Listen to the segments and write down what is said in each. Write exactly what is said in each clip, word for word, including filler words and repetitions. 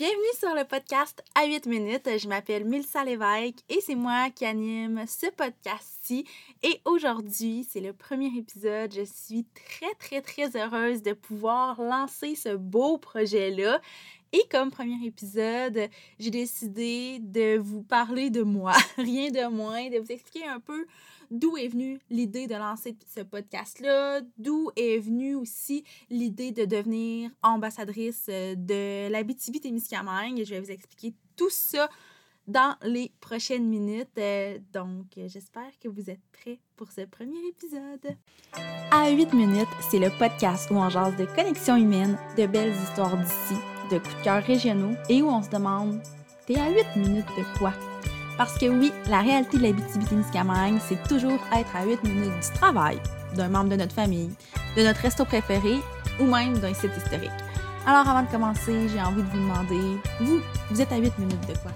Bienvenue sur le podcast à huit minutes. Je m'appelle Mélissa Lévesque et c'est moi qui anime ce podcast-ci. Et aujourd'hui, c'est le premier épisode. Je suis très, très, très heureuse de pouvoir lancer ce beau projet-là. Et comme premier épisode, j'ai décidé de vous parler de moi, rien de moins, de vous expliquer un peu d'où est venue l'idée de lancer ce podcast-là, d'où est venue aussi l'idée de devenir ambassadrice de l'Abitibi-Témiscamingue. Je vais vous expliquer tout ça dans les prochaines minutes. Donc, j'espère que vous êtes prêts pour ce premier épisode. À huit minutes, c'est le podcast où on jase de connexions humaines, de belles histoires d'ici, de coups de cœur régionaux et où on se demande « T'es à huit minutes de quoi? » Parce que oui, la réalité de l'Abitibi-Témiscamingue, c'est toujours être à huit minutes du travail, d'un membre de notre famille, de notre resto préféré ou même d'un site historique. Alors avant de commencer, j'ai envie de vous demander, vous, vous êtes à huit minutes de quoi?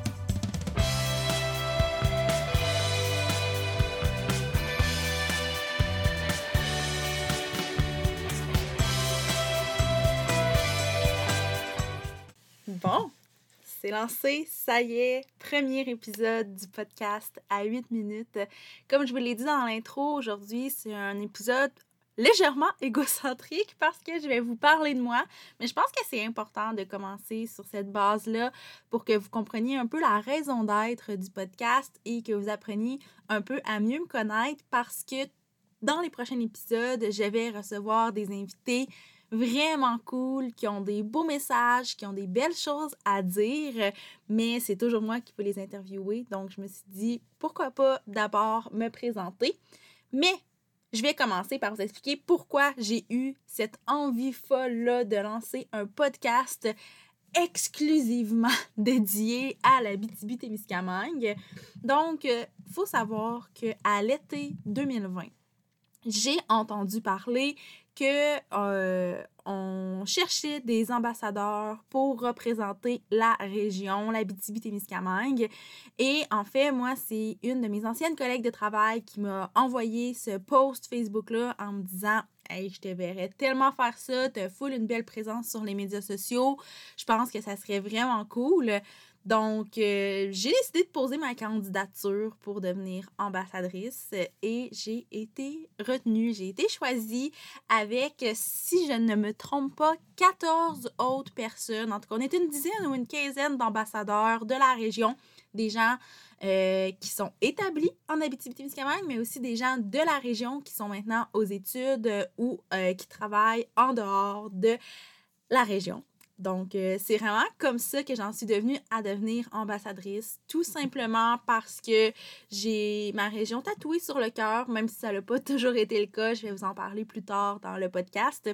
Bon, c'est lancé, ça y est, premier épisode du podcast à huit minutes. Comme je vous l'ai dit dans l'intro, aujourd'hui, c'est un épisode légèrement égocentrique parce que je vais vous parler de moi, mais je pense que c'est important de commencer sur cette base-là pour que vous compreniez un peu la raison d'être du podcast et que vous appreniez un peu à mieux me connaître parce que dans les prochains épisodes, je vais recevoir des invités vraiment cool, qui ont des beaux messages, qui ont des belles choses à dire, mais c'est toujours moi qui peux les interviewer, donc je me suis dit, pourquoi pas d'abord me présenter, mais je vais commencer par vous expliquer pourquoi j'ai eu cette envie folle-là de lancer un podcast exclusivement dédié à l'Abitibi-Témiscamingue. Donc, il faut savoir qu'à l'été deux mille vingt, j'ai entendu parler que euh, on cherchait des ambassadeurs pour représenter la région, l'Abitibi-Témiscamingue. Et en fait, moi, c'est une de mes anciennes collègues de travail qui m'a envoyé ce post Facebook-là en me disant « Hey, je te verrais tellement faire ça, t'as full une belle présence sur les médias sociaux, je pense que ça serait vraiment cool. » Donc, euh, j'ai décidé de poser ma candidature pour devenir ambassadrice et j'ai été retenue, j'ai été choisie avec, si je ne me trompe pas, quatorze autres personnes. En tout cas, on était une dizaine ou une quinzaine d'ambassadeurs de la région, des gens euh, qui sont établis en Abitibi-Témiscamingue, mais aussi des gens de la région qui sont maintenant aux études ou euh, qui travaillent en dehors de la région. Donc, euh, c'est vraiment comme ça que j'en suis devenue à devenir ambassadrice, tout simplement parce que j'ai ma région tatouée sur le cœur, même si ça n'a pas toujours été le cas, je vais vous en parler plus tard dans le podcast.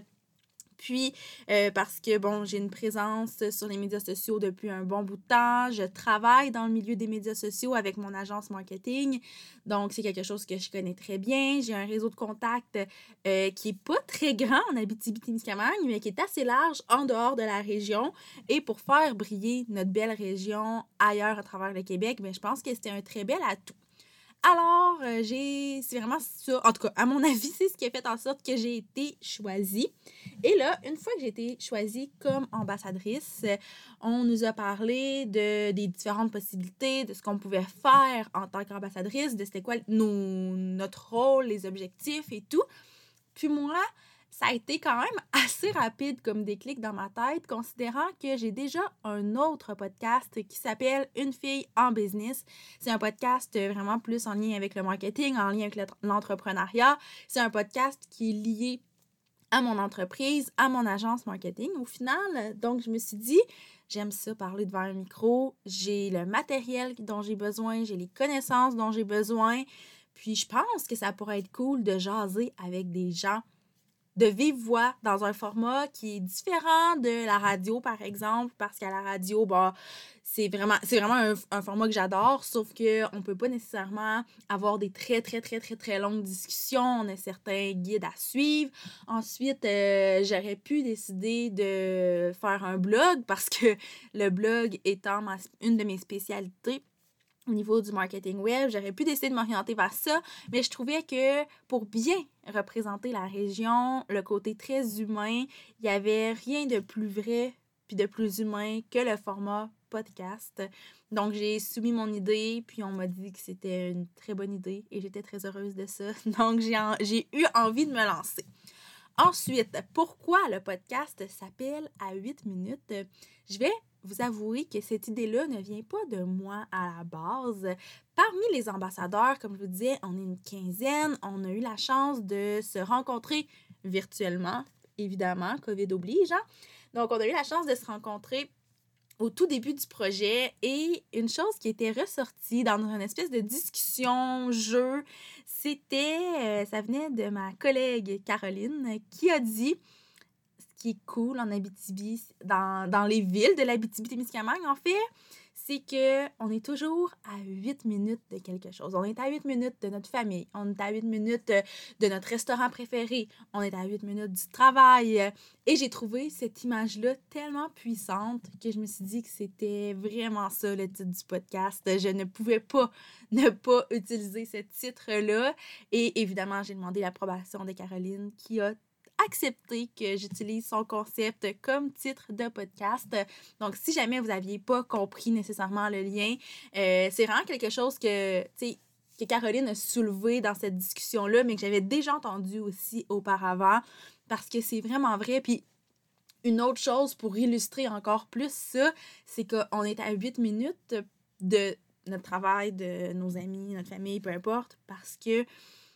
Puis, euh, parce que, bon, j'ai une présence sur les médias sociaux depuis un bon bout de temps. Je travaille dans le milieu des médias sociaux avec mon agence marketing. Donc, c'est quelque chose que je connais très bien. J'ai un réseau de contacts euh, qui est pas très grand en Abitibi-Témiscamingue, mais qui est assez large en dehors de la région. Et pour faire briller notre belle région ailleurs à travers le Québec, bien, je pense que c'était un très bel atout. Alors, euh, j'ai... c'est vraiment ça. En tout cas, à mon avis, c'est ce qui a fait en sorte que j'ai été choisie. Et là, une fois que j'ai été choisie comme ambassadrice, on nous a parlé de, des différentes possibilités, de ce qu'on pouvait faire en tant qu'ambassadrice, de c'était quoi nos, notre rôle, les objectifs et tout. Puis moi, ça a été quand même assez rapide comme déclic dans ma tête, considérant que j'ai déjà un autre podcast qui s'appelle « Une fille en business ». C'est un podcast vraiment plus en lien avec le marketing, en lien avec l'entrepreneuriat. C'est un podcast qui est lié à mon entreprise, à mon agence marketing au final. Donc, je me suis dit, j'aime ça, parler devant un micro. J'ai le matériel dont j'ai besoin, j'ai les connaissances dont j'ai besoin. Puis, je pense que ça pourrait être cool de jaser avec des gens de vive voix dans un format qui est différent de la radio, par exemple, parce qu'à la radio, bah, c'est vraiment, c'est vraiment un, un format que j'adore, sauf qu'on ne peut pas nécessairement avoir des très, très, très, très, très longues discussions. On a certains guides à suivre. Ensuite, euh, j'aurais pu décider de faire un blog parce que le blog étant ma, une de mes spécialités, au niveau du marketing web, j'aurais pu décider de m'orienter vers ça, mais je trouvais que pour bien représenter la région, le côté très humain, il n'y avait rien de plus vrai puis de plus humain que le format podcast. Donc, j'ai soumis mon idée, puis on m'a dit que c'était une très bonne idée et j'étais très heureuse de ça. Donc, j'ai, en, j'ai eu envie de me lancer. Ensuite, pourquoi le podcast s'appelle « À huit minutes », je vais vous avouer que cette idée-là ne vient pas de moi à la base. Parmi les ambassadeurs, comme je vous disais, on est une quinzaine. On a eu la chance de se rencontrer virtuellement, évidemment, COVID oblige. Hein? Donc, on a eu la chance de se rencontrer au tout début du projet et une chose qui était ressortie dans une espèce de discussion, jeu, c'était, euh, ça venait de ma collègue Caroline qui a dit, ce qui est cool en Abitibi, dans, dans les villes de l'Abitibi-Témiscamingue en fait, c'est qu'on est toujours à huit minutes de quelque chose. On est à huit minutes de notre famille, on est à huit minutes de notre restaurant préféré, on est à huit minutes du travail. Et j'ai trouvé cette image-là tellement puissante que je me suis dit que c'était vraiment ça le titre du podcast. Je ne pouvais pas ne pas utiliser ce titre-là. Et évidemment, j'ai demandé l'approbation de Caroline qui a accepter que j'utilise son concept comme titre de podcast. Donc, si jamais vous n'aviez pas compris nécessairement le lien, euh, c'est vraiment quelque chose que, tu sais, que Caroline a soulevé dans cette discussion-là, mais que j'avais déjà entendu aussi auparavant, parce que c'est vraiment vrai. Puis, une autre chose pour illustrer encore plus ça, c'est qu'on est à huit minutes de notre travail, de nos amis, notre famille, peu importe, parce que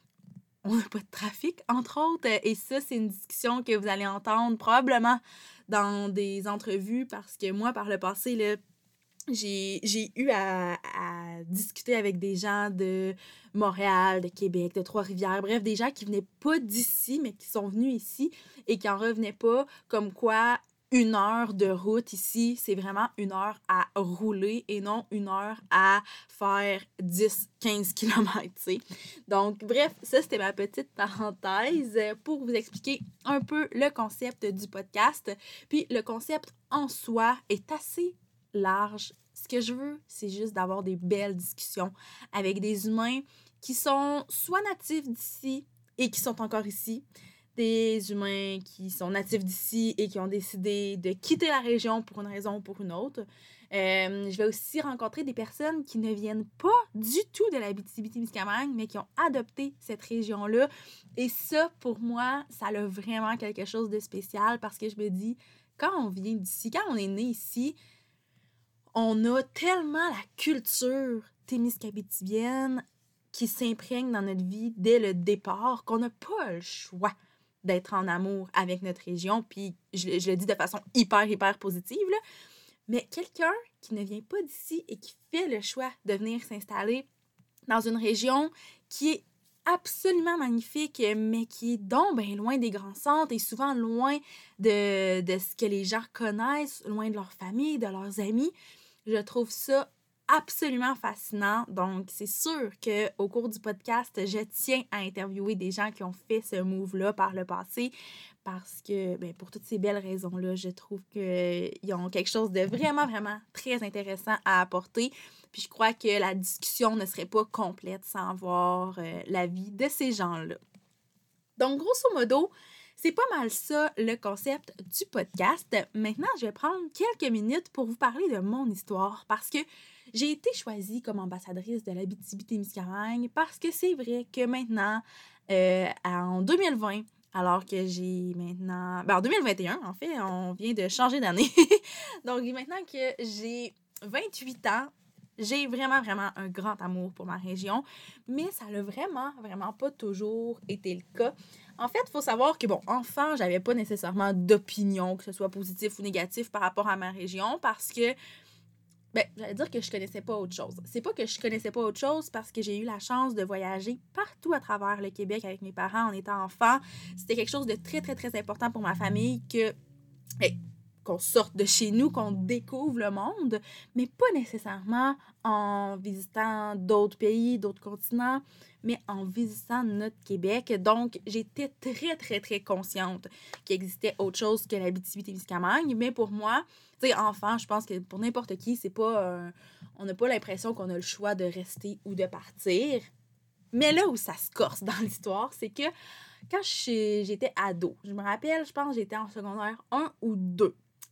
on n'a pas de trafic, entre autres. Et ça, c'est une discussion que vous allez entendre probablement dans des entrevues parce que moi, par le passé, là, j'ai, j'ai eu à, à discuter avec des gens de Montréal, de Québec, de Trois-Rivières, bref, des gens qui venaient pas d'ici, mais qui sont venus ici et qui en revenaient pas, comme quoi une heure de route ici, c'est vraiment une heure à rouler et non une heure à faire dix à quinze kilomètres, tu sais. Donc, bref, ça, c'était ma petite parenthèse pour vous expliquer un peu le concept du podcast. Puis, le concept en soi est assez large. Ce que je veux, c'est juste d'avoir des belles discussions avec des humains qui sont soit natifs d'ici et qui sont encore ici, des humains qui sont natifs d'ici et qui ont décidé de quitter la région pour une raison ou pour une autre. Euh, je vais aussi rencontrer des personnes qui ne viennent pas du tout de l'Abitibi-Témiscamingue, mais qui ont adopté cette région-là. Et ça, pour moi, ça a vraiment quelque chose de spécial parce que je me dis, quand on vient d'ici, quand on est né ici, on a tellement la culture témiscabitibienne qui s'imprègne dans notre vie dès le départ qu'on n'a pas le choix d'être en amour avec notre région, puis je, je le dis de façon hyper, hyper positive, là. Mais quelqu'un qui ne vient pas d'ici et qui fait le choix de venir s'installer dans une région qui est absolument magnifique, mais qui est donc bien loin des grands centres et souvent loin de, de ce que les gens connaissent, loin de leur famille, de leurs amis, je trouve ça absolument fascinant. Donc, c'est sûr qu'au cours du podcast, je tiens à interviewer des gens qui ont fait ce move-là par le passé parce que, ben, pour toutes ces belles raisons-là, je trouve qu'ils ont quelque chose de vraiment, vraiment très intéressant à apporter. Puis je crois que la discussion ne serait pas complète sans voir euh, l'avis de ces gens-là. Donc, grosso modo, c'est pas mal ça le concept du podcast. Maintenant, je vais prendre quelques minutes pour vous parler de mon histoire parce que j'ai été choisie comme ambassadrice de l'Abitibi-Témiscamingue parce que c'est vrai que maintenant, euh, en deux mille vingt, alors que j'ai maintenant... Ben en deux mille vingt et un, en fait, on vient de changer d'année. Donc, maintenant que j'ai vingt-huit ans, j'ai vraiment, vraiment un grand amour pour ma région, mais ça n'a vraiment, vraiment pas toujours été le cas. En fait, il faut savoir que, bon, enfant, j'avais pas nécessairement d'opinion, que ce soit positif ou négatif par rapport à ma région, parce que, ben, j'allais dire que je connaissais pas autre chose. C'est pas que je connaissais pas autre chose parce que j'ai eu la chance de voyager partout à travers le Québec avec mes parents en étant enfant. C'était quelque chose de très, très, très important pour ma famille que, ben, qu'on sorte de chez nous, qu'on découvre le monde, mais pas nécessairement en visitant d'autres pays, d'autres continents, mais en visitant notre Québec. Donc, j'étais très, très, très consciente qu'il existait autre chose que l'Abitibi-Témiscamingue, mais pour moi, tu sais, enfant, je pense que pour n'importe qui, c'est pas... Euh, on n'a pas l'impression qu'on a le choix de rester ou de partir. Mais là où ça se corse dans l'histoire, c'est que quand j'étais ado, je me rappelle, je pense que j'étais en secondaire un ou deux,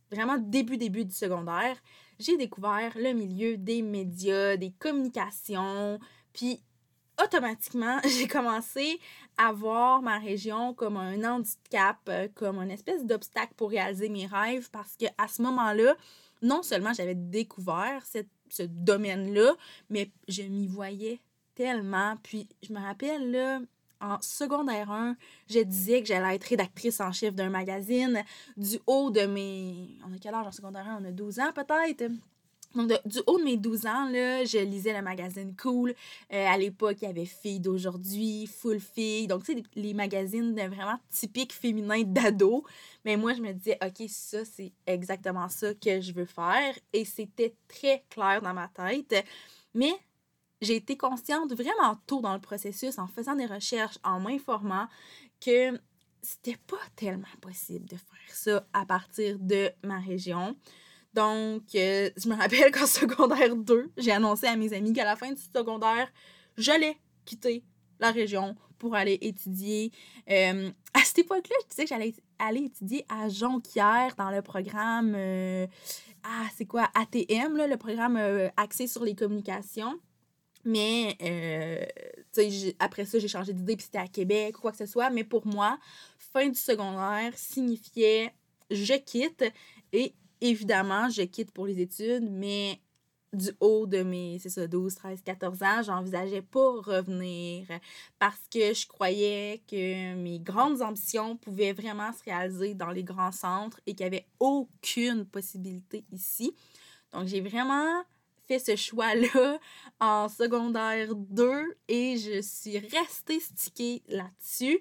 vraiment début, début du secondaire, j'ai découvert le milieu des médias, des communications, puis automatiquement, j'ai commencé à voir ma région comme un handicap, euh, comme une espèce d'obstacle pour réaliser mes rêves, parce que à ce moment-là, non seulement j'avais découvert cette, ce domaine-là, mais je m'y voyais tellement. Puis je me rappelle, là, en secondaire un, je disais que j'allais être rédactrice en chef d'un magazine du haut de mes... On a quel âge en secondaire un? On a douze ans peut-être? Donc, de, du haut de mes douze ans, là, je lisais le magazine Cool. Euh, à l'époque, il y avait Filles d'aujourd'hui, Full Filles. Donc, tu sais, les, les magazines de vraiment typiques féminins d'ado. Mais moi, je me disais, OK, ça, c'est exactement ça que je veux faire. Et c'était très clair dans ma tête. Mais j'ai été consciente vraiment tôt dans le processus, en faisant des recherches, en m'informant, que c'était pas tellement possible de faire ça à partir de ma région. Donc, euh, je me rappelle qu'en secondaire deux, j'ai annoncé à mes amis qu'à la fin du secondaire, j'allais quitter la région pour aller étudier. Euh, à cette époque-là, je disais que j'allais aller étudier à Jonquière dans le programme, euh, ah, c'est quoi, A T M, là, le programme euh, axé sur les communications. Mais, euh, tu sais, après ça, j'ai changé d'idée, puis c'était à Québec ou quoi que ce soit. Mais pour moi, fin du secondaire signifiait je quitte et évidemment, je quitte pour les études, mais du haut de mes, c'est ça, douze, treize, quatorze ans, j'envisageais pas revenir parce que je croyais que mes grandes ambitions pouvaient vraiment se réaliser dans les grands centres et qu'il n'y avait aucune possibilité ici. Donc, j'ai vraiment fait ce choix-là en secondaire deux et je suis restée stickée là-dessus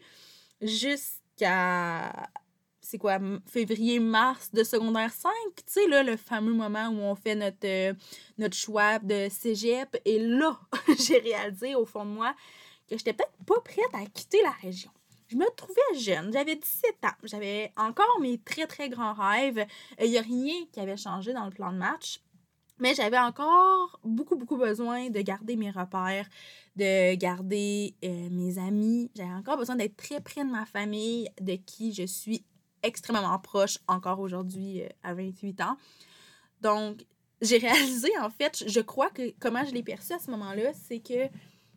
jusqu'à... c'est quoi, février-mars de secondaire cinq, tu sais, là, le fameux moment où on fait notre, euh, notre choix de cégep. Et là, j'ai réalisé au fond de moi que j'étais peut-être pas prête à quitter la région. Je me trouvais jeune, j'avais dix-sept ans, j'avais encore mes très, très grands rêves. Il n'y a rien qui avait changé dans le plan de match. Mais j'avais encore beaucoup, beaucoup besoin de garder mes repères, de garder euh, mes amis. J'avais encore besoin d'être très près de ma famille, de qui je suis extrêmement proche encore aujourd'hui euh, à vingt-huit ans. Donc, j'ai réalisé, en fait, je crois que comment je l'ai perçu à ce moment-là, c'est que,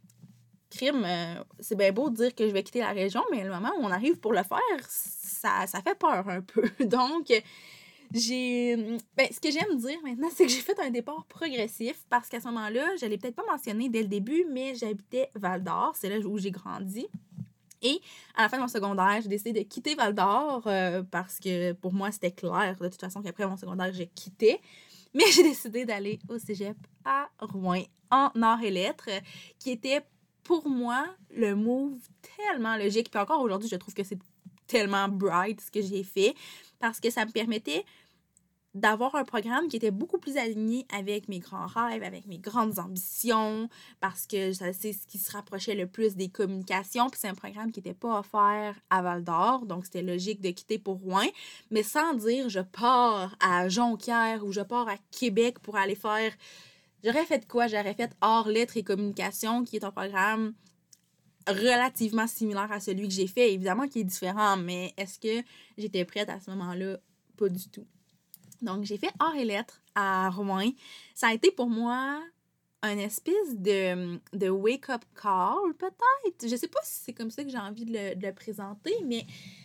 crime, euh, c'est bien beau de dire que je vais quitter la région, mais le moment où on arrive pour le faire, ça, ça fait peur un peu. Donc, j'ai... Ben, ce que j'aime dire maintenant, c'est que j'ai fait un départ progressif parce qu'à ce moment-là, je ne l'ai peut-être pas mentionné dès le début, mais j'habitais Val-d'Or, c'est là où j'ai grandi. Et à la fin de mon secondaire, j'ai décidé de quitter Val-d'Or euh, parce que pour moi, c'était clair de toute façon qu'après mon secondaire, je quittais. Mais j'ai décidé d'aller au cégep à Rouen, en arts et lettres, qui était pour moi le move tellement logique. Puis encore aujourd'hui, je trouve que c'est tellement bright ce que j'ai fait parce que ça me permettait d'avoir un programme qui était beaucoup plus aligné avec mes grands rêves, avec mes grandes ambitions, parce que c'est ce qui se rapprochait le plus des communications. Puis c'est un programme qui n'était pas offert à Val-d'Or, donc c'était logique de quitter pour Rouen, mais sans dire je pars à Jonquière ou je pars à Québec pour aller faire... J'aurais fait quoi? J'aurais fait Arts, lettres et communications, qui est un programme relativement similaire à celui que j'ai fait, évidemment qui est différent, mais est-ce que j'étais prête à ce moment-là? Pas du tout. Donc, j'ai fait Arts et lettres à Rouen. Ça a été pour moi une espèce de, de wake-up call, peut-être. Je sais pas si c'est comme ça que j'ai envie de le, de le présenter, mais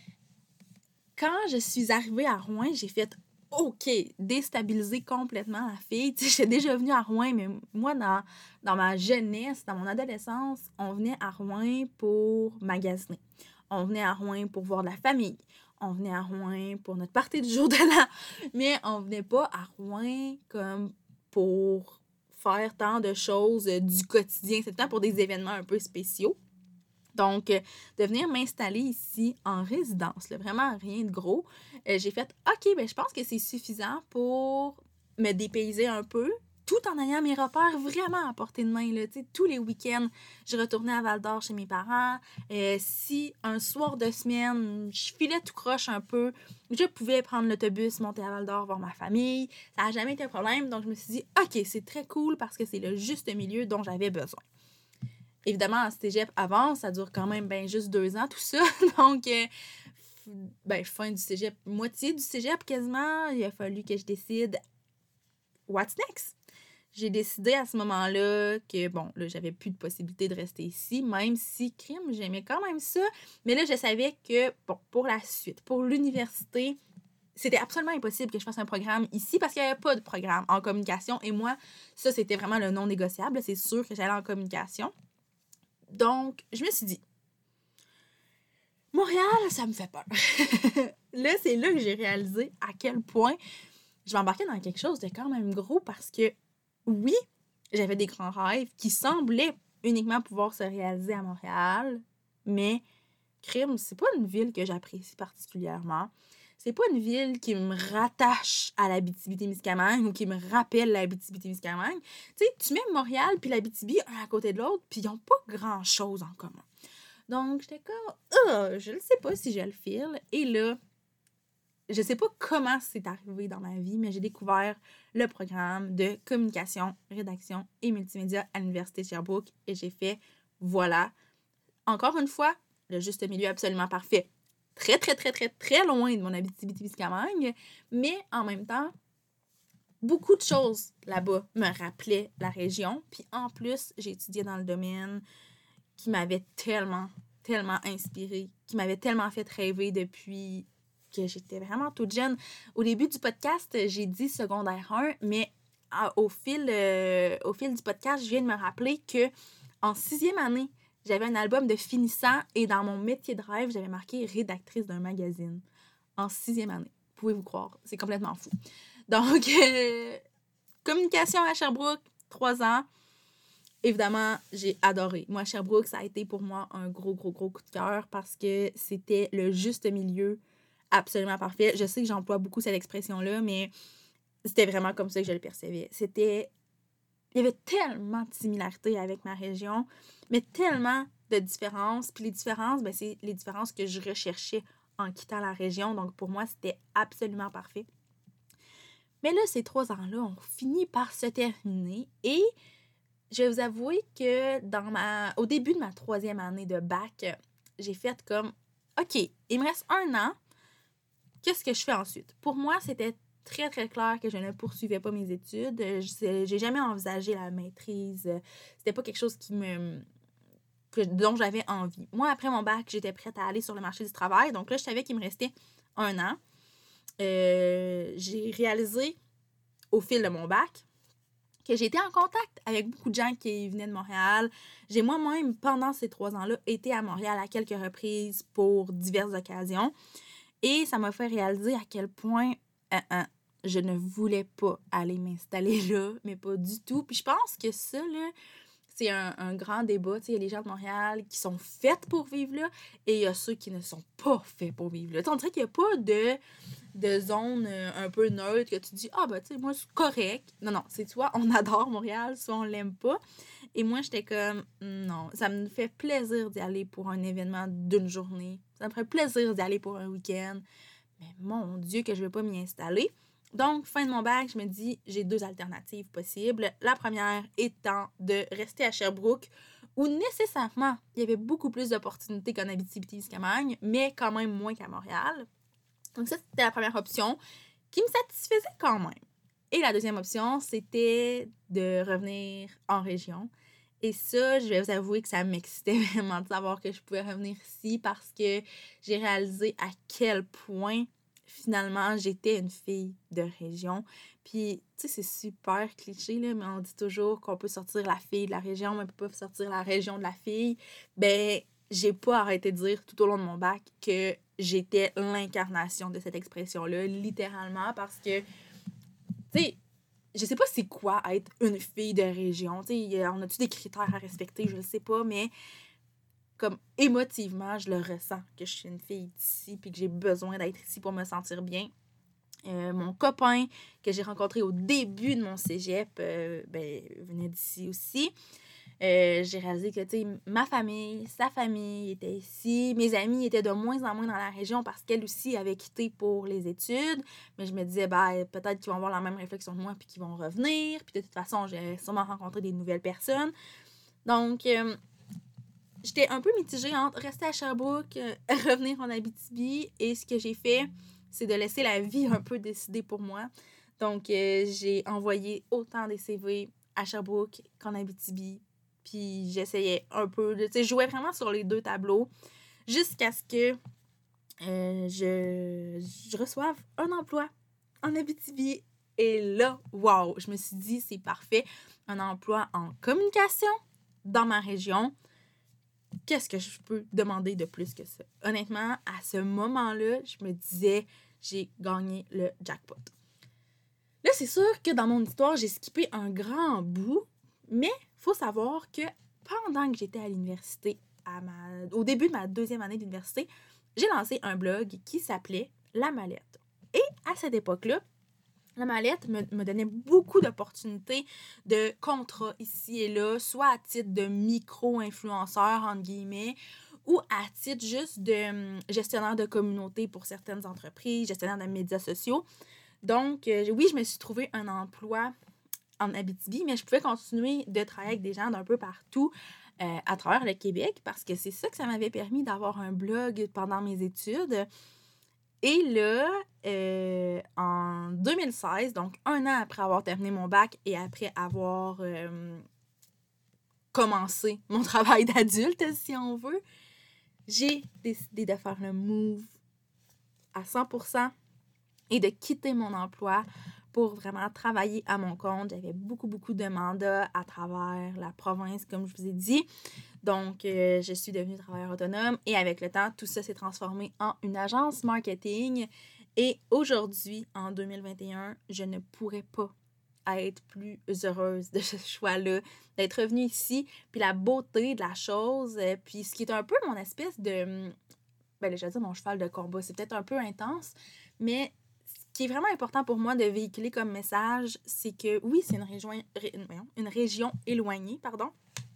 quand je suis arrivée à Rouen, j'ai fait OK, déstabiliser complètement la fille. Tu sais, j'étais déjà venue à Rouen, mais moi, dans, dans ma jeunesse, dans mon adolescence, on venait à Rouen pour magasiner. On venait à Rouen pour voir de la famille. On venait à Rouen pour notre party du jour de l'an. Mais on venait pas à Rouen comme pour faire tant de choses du quotidien. C'est tant pour des événements un peu spéciaux. Donc, euh, de venir m'installer ici en résidence, là, vraiment rien de gros, euh, j'ai fait « OK, ben je pense que c'est suffisant pour me dépayser un peu, tout en ayant mes repères vraiment à portée de main. » Là, tous les week-ends, je retournais à Val-d'Or chez mes parents. Euh, si un soir de semaine, je filais tout croche un peu, je pouvais prendre l'autobus, monter à Val-d'Or, voir ma famille. Ça n'a jamais été un problème. Donc, je me suis dit « OK, c'est très cool parce que c'est le juste milieu dont j'avais besoin. » Évidemment, en cégep avant, ça dure quand même ben juste deux ans, tout ça. Donc, euh, ben, fin du cégep, moitié du cégep quasiment, il a fallu que je décide what's next. J'ai décidé à ce moment-là que, bon, là, j'avais plus de possibilité de rester ici, même si, crime, j'aimais quand même ça. Mais là, je savais que, bon, pour la suite, pour l'université, c'était absolument impossible que je fasse un programme ici parce qu'il n'y avait pas de programme en communication. Et moi, ça, c'était vraiment le non négociable. C'est sûr que j'allais en communication. Donc, je me suis dit, Montréal, ça me fait peur. Là, c'est là que j'ai réalisé à quel point je m'embarquais dans quelque chose de quand même gros parce que, oui, j'avais des grands rêves qui semblaient uniquement pouvoir se réaliser à Montréal, mais crime, c'est pas une ville que j'apprécie particulièrement. C'est pas une ville qui me rattache à l'Abitibi-Témiscamingue ou qui me rappelle l'Abitibi-Témiscamingue. Tu sais, tu mets Montréal puis l'Abitibi un à côté de l'autre, puis ils ont pas grand-chose en commun. Donc, j'étais comme, oh, je ne sais pas si je le file. Et là, je sais pas comment c'est arrivé dans ma vie, mais j'ai découvert le programme de communication, rédaction et multimédia à l'Université de Sherbrooke et j'ai fait, voilà, encore une fois, le juste milieu absolument parfait. Très, très, très, très, très loin de mon Abitibi-Témiscamingue, mais en même temps, beaucoup de choses là-bas me rappelaient la région. Puis en plus, j'ai étudié dans le domaine qui m'avait tellement, tellement inspirée, qui m'avait tellement fait rêver depuis que j'étais vraiment toute jeune. Au début du podcast, j'ai dit secondaire un, mais à, au, fil, euh, au fil du podcast, je viens de me rappeler que en sixième année, j'avais un album de finissant et dans mon métier de rêve, j'avais marqué rédactrice d'un magazine. En sixième année. Pouvez-vous croire? C'est complètement fou. Donc, euh, communication à Sherbrooke, trois ans. Évidemment, j'ai adoré. Moi, Sherbrooke, ça a été pour moi un gros, gros, gros coup de cœur parce que c'était le juste milieu absolument parfait. Je sais que j'emploie beaucoup cette expression-là, mais c'était vraiment comme ça que je le percevais. C'était... Il y avait tellement de similarités avec ma région, mais tellement de différences. Puis les différences, ben, c'est les différences que je recherchais en quittant la région. Donc, pour moi, c'était absolument parfait. Mais là, ces trois ans-là ont fini par se terminer et je vais vous avouer que dans ma... au début de ma troisième année de bac, j'ai fait comme, OK, il me reste un an, qu'est-ce que je fais ensuite? Pour moi, c'était très, très clair que je ne poursuivais pas mes études. Je, j'ai jamais envisagé la maîtrise. C'était pas quelque chose qui me... Que, dont j'avais envie. Moi, après mon bac, j'étais prête à aller sur le marché du travail. Donc là, je savais qu'il me restait un an. Euh, j'ai réalisé au fil de mon bac que j'étais en contact avec beaucoup de gens qui venaient de Montréal. J'ai moi-même, pendant ces trois ans-là, été à Montréal à quelques reprises pour diverses occasions. Et ça m'a fait réaliser à quel point euh, euh, je ne voulais pas aller m'installer là, mais pas du tout. Puis je pense que ça, là, c'est un, un grand débat. Tu sais, il y a les gens de Montréal qui sont faits pour vivre là et il y a ceux qui ne sont pas faits pour vivre là. Tu sais, on dirait qu'il n'y a pas de, de zone un peu neutre que tu dis « Ah, ben, tu sais, moi, c'est correct. » Non, non, c'est soit on adore Montréal, soit on l'aime pas. Et moi, j'étais comme « Non, ça me fait plaisir d'y aller pour un événement d'une journée. Ça me ferait plaisir d'y aller pour un week-end. Mais mon Dieu, que je ne vais pas m'y installer. » Donc, fin de mon bac, je me dis, j'ai deux alternatives possibles. La première étant de rester à Sherbrooke, où nécessairement, il y avait beaucoup plus d'opportunités qu'en Abitibi-Témiscamingue, mais quand même moins qu'à Montréal. Donc ça, c'était la première option, qui me satisfaisait quand même. Et la deuxième option, c'était de revenir en région. Et ça, je vais vous avouer que ça m'excitait vraiment de savoir que je pouvais revenir ici parce que j'ai réalisé à quel point finalement, j'étais une fille de région. Puis, tu sais, c'est super cliché, là, mais on dit toujours qu'on peut sortir la fille de la région, mais on peut pas sortir la région de la fille. Ben, j'ai pas arrêté de dire tout au long de mon bac que j'étais l'incarnation de cette expression-là, littéralement, parce que, tu sais, je sais pas c'est quoi être une fille de région. Tu sais, on a-tu des critères à respecter? Je le sais pas, mais comme émotivement, je le ressens que je suis une fille d'ici puis que j'ai besoin d'être ici pour me sentir bien. Euh, mon copain que j'ai rencontré au début de mon cégep euh, ben, venait d'ici aussi. Euh, j'ai réalisé que, tu sais, ma famille, sa famille était ici. Mes amis étaient de moins en moins dans la région parce qu'elles aussi avaient quitté pour les études. Mais je me disais, ben, peut-être qu'ils vont avoir la même réflexion que moi puis qu'ils vont revenir. Puis de toute façon, j'ai sûrement rencontré des nouvelles personnes. Donc, euh, j'étais un peu mitigée entre rester à Sherbrooke, euh, revenir en Abitibi, et ce que j'ai fait, c'est de laisser la vie un peu décider pour moi. Donc, euh, j'ai envoyé autant des C V à Sherbrooke qu'en Abitibi, puis j'essayais un peu de... Tu sais, je jouais vraiment sur les deux tableaux jusqu'à ce que euh, je, je reçoive un emploi en Abitibi. Et là, wow, je me suis dit, c'est parfait. Un emploi en communication dans ma région. Qu'est-ce que je peux demander de plus que ça? Honnêtement, à ce moment-là, je me disais, j'ai gagné le jackpot. Là, c'est sûr que dans mon histoire, j'ai skippé un grand bout, mais il faut savoir que pendant que j'étais à l'université, à ma... au début de ma deuxième année d'université, j'ai lancé un blog qui s'appelait La Mallette. Et à cette époque-là, La Mallette me, me donnait beaucoup d'opportunités de contrats ici et là, soit à titre de micro-influenceur, entre guillemets, ou à titre juste de gestionnaire de communauté pour certaines entreprises, gestionnaire de médias sociaux. Donc, euh, oui, je me suis trouvé un emploi en Abitibi, mais je pouvais continuer de travailler avec des gens d'un peu partout euh, à travers le Québec parce que c'est ça que ça m'avait permis d'avoir un blog pendant mes études. Et là, euh, en deux mille seize, donc un an après avoir terminé mon bac et après avoir euh, commencé mon travail d'adulte, si on veut, j'ai décidé de faire le move à cent pour cent et de quitter mon emploi pour vraiment travailler à mon compte. J'avais beaucoup, beaucoup de mandats à travers la province, comme je vous ai dit. Donc, euh, je suis devenue travailleur autonome et avec le temps, tout ça s'est transformé en une agence marketing. Et aujourd'hui, en deux mille vingt et un, je ne pourrais pas être plus heureuse de ce choix-là, d'être revenue ici. Puis la beauté de la chose, euh, puis ce qui est un peu mon espèce de... Ben là, je vais dire mon cheval de combat, c'est peut-être un peu intense, mais ce qui est vraiment important pour moi de véhiculer comme message, c'est que oui, c'est une région, une région éloignée, pardon,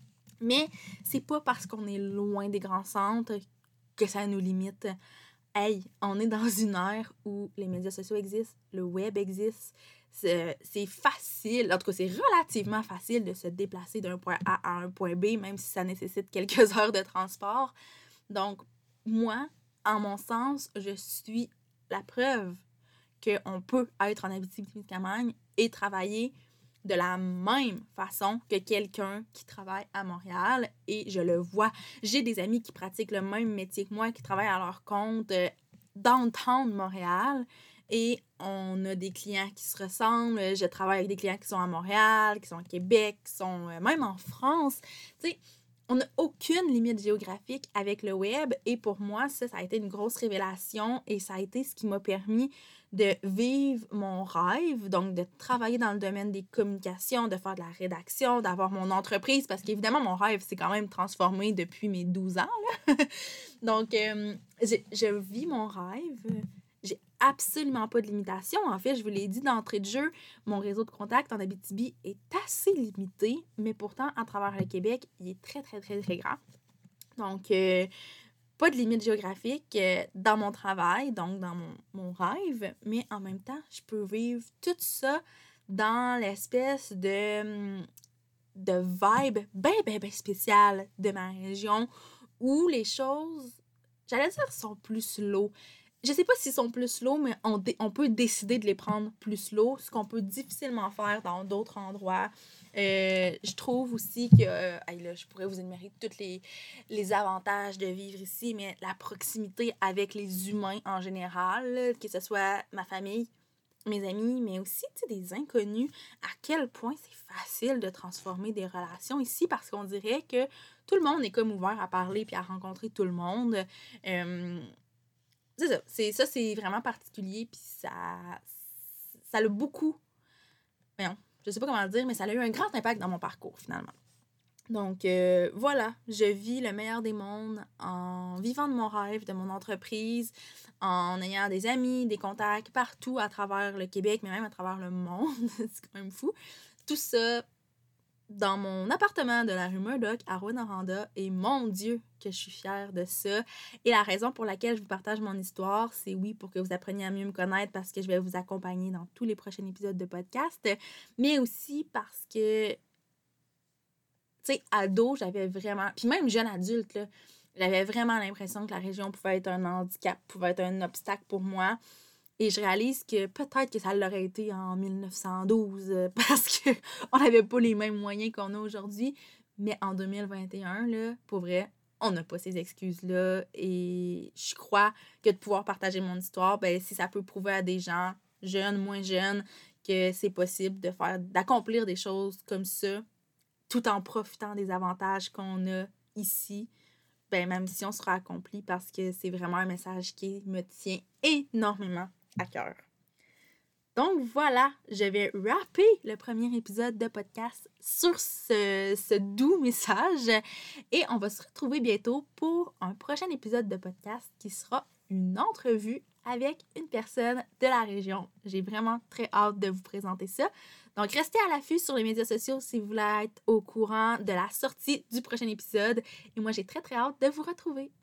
mais c'est pas parce qu'on est loin des grands centres que ça nous limite. Hey, on est dans une ère où les médias sociaux existent, le web existe, c'est, c'est facile, en tout cas c'est relativement facile de se déplacer d'un point A à un point B, même si ça nécessite quelques heures de transport. Donc, moi, en mon sens, je suis la preuve qu'on peut être en Abitibi-Témiscamingue et travailler de la même façon que quelqu'un qui travaille à Montréal. Et je le vois. J'ai des amis qui pratiquent le même métier que moi, qui travaillent à leur compte euh, downtown Montréal. Et on a des clients qui se ressemblent. Je travaille avec des clients qui sont à Montréal, qui sont à Québec, qui sont euh, même en France. Tu sais, on n'a aucune limite géographique avec le web. Et pour moi, ça, ça a été une grosse révélation et ça a été ce qui m'a permis de vivre mon rêve, donc de travailler dans le domaine des communications, de faire de la rédaction, d'avoir mon entreprise, parce qu'évidemment, mon rêve s'est quand même transformé depuis mes douze ans. Là. Donc, euh, je, je vis mon rêve. J'ai absolument pas de limitation. En fait, je vous l'ai dit d'entrée de jeu, mon réseau de contacts en Abitibi est assez limité, mais pourtant, à travers le Québec, il est très, très, très, très grand. Donc, euh, pas de limite géographique euh, dans mon travail, donc dans mon, mon rêve, mais en même temps, je peux vivre tout ça dans l'espèce de, de vibe bien, bien, bien spéciale de ma région où les choses, j'allais dire, sont plus slow. Je sais pas s'ils sont plus slow, mais on, dé- on peut décider de les prendre plus slow, ce qu'on peut difficilement faire dans d'autres endroits. Euh, je trouve aussi que, euh, hey là, je pourrais vous énumérer tous les, les avantages de vivre ici, mais la proximité avec les humains en général, que ce soit ma famille, mes amis, mais aussi des inconnus, à quel point c'est facile de transformer des relations ici parce qu'on dirait que tout le monde est comme ouvert à parler puis à rencontrer tout le monde. Euh, c'est ça, c'est, ça, c'est vraiment particulier puis ça, ça a beaucoup, voyons, je sais pas comment le dire, mais ça a eu un grand impact dans mon parcours finalement. Donc euh, voilà, je vis le meilleur des mondes en vivant de mon rêve, de mon entreprise, en ayant des amis, des contacts partout à travers le Québec, mais même à travers le monde. C'est quand même fou. Tout ça dans mon appartement de la rue Murdoch à Rouyn-Noranda. Et mon Dieu, que je suis fière de ça. Et la raison pour laquelle je vous partage mon histoire, c'est oui, pour que vous appreniez à mieux me connaître parce que je vais vous accompagner dans tous les prochains épisodes de podcast, mais aussi parce que tu tu sais, ado, j'avais vraiment... Puis même jeune adulte, là, j'avais vraiment l'impression que la région pouvait être un handicap, pouvait être un obstacle pour moi. Et je réalise que peut-être que ça l'aurait été en mille neuf cent douze euh, parce qu'on n'avait pas les mêmes moyens qu'on a aujourd'hui. Mais en deux mille vingt et un, là, pour vrai, on n'a pas ces excuses-là. Et je crois que de pouvoir partager mon histoire, ben, si ça peut prouver à des gens, jeunes, moins jeunes, que c'est possible de faire, d'accomplir des choses comme ça, tout en profitant des avantages qu'on a ici, ben, ma mission sera accomplie parce que c'est vraiment un message qui me tient énormément à cœur. Donc voilà, je vais rapper le premier épisode de podcast sur ce, ce doux message et on va se retrouver bientôt pour un prochain épisode de podcast qui sera une entrevue avec une personne de la région. J'ai vraiment très hâte de vous présenter ça. Donc restez à l'affût sur les médias sociaux si vous voulez être au courant de la sortie du prochain épisode et moi j'ai très très hâte de vous retrouver.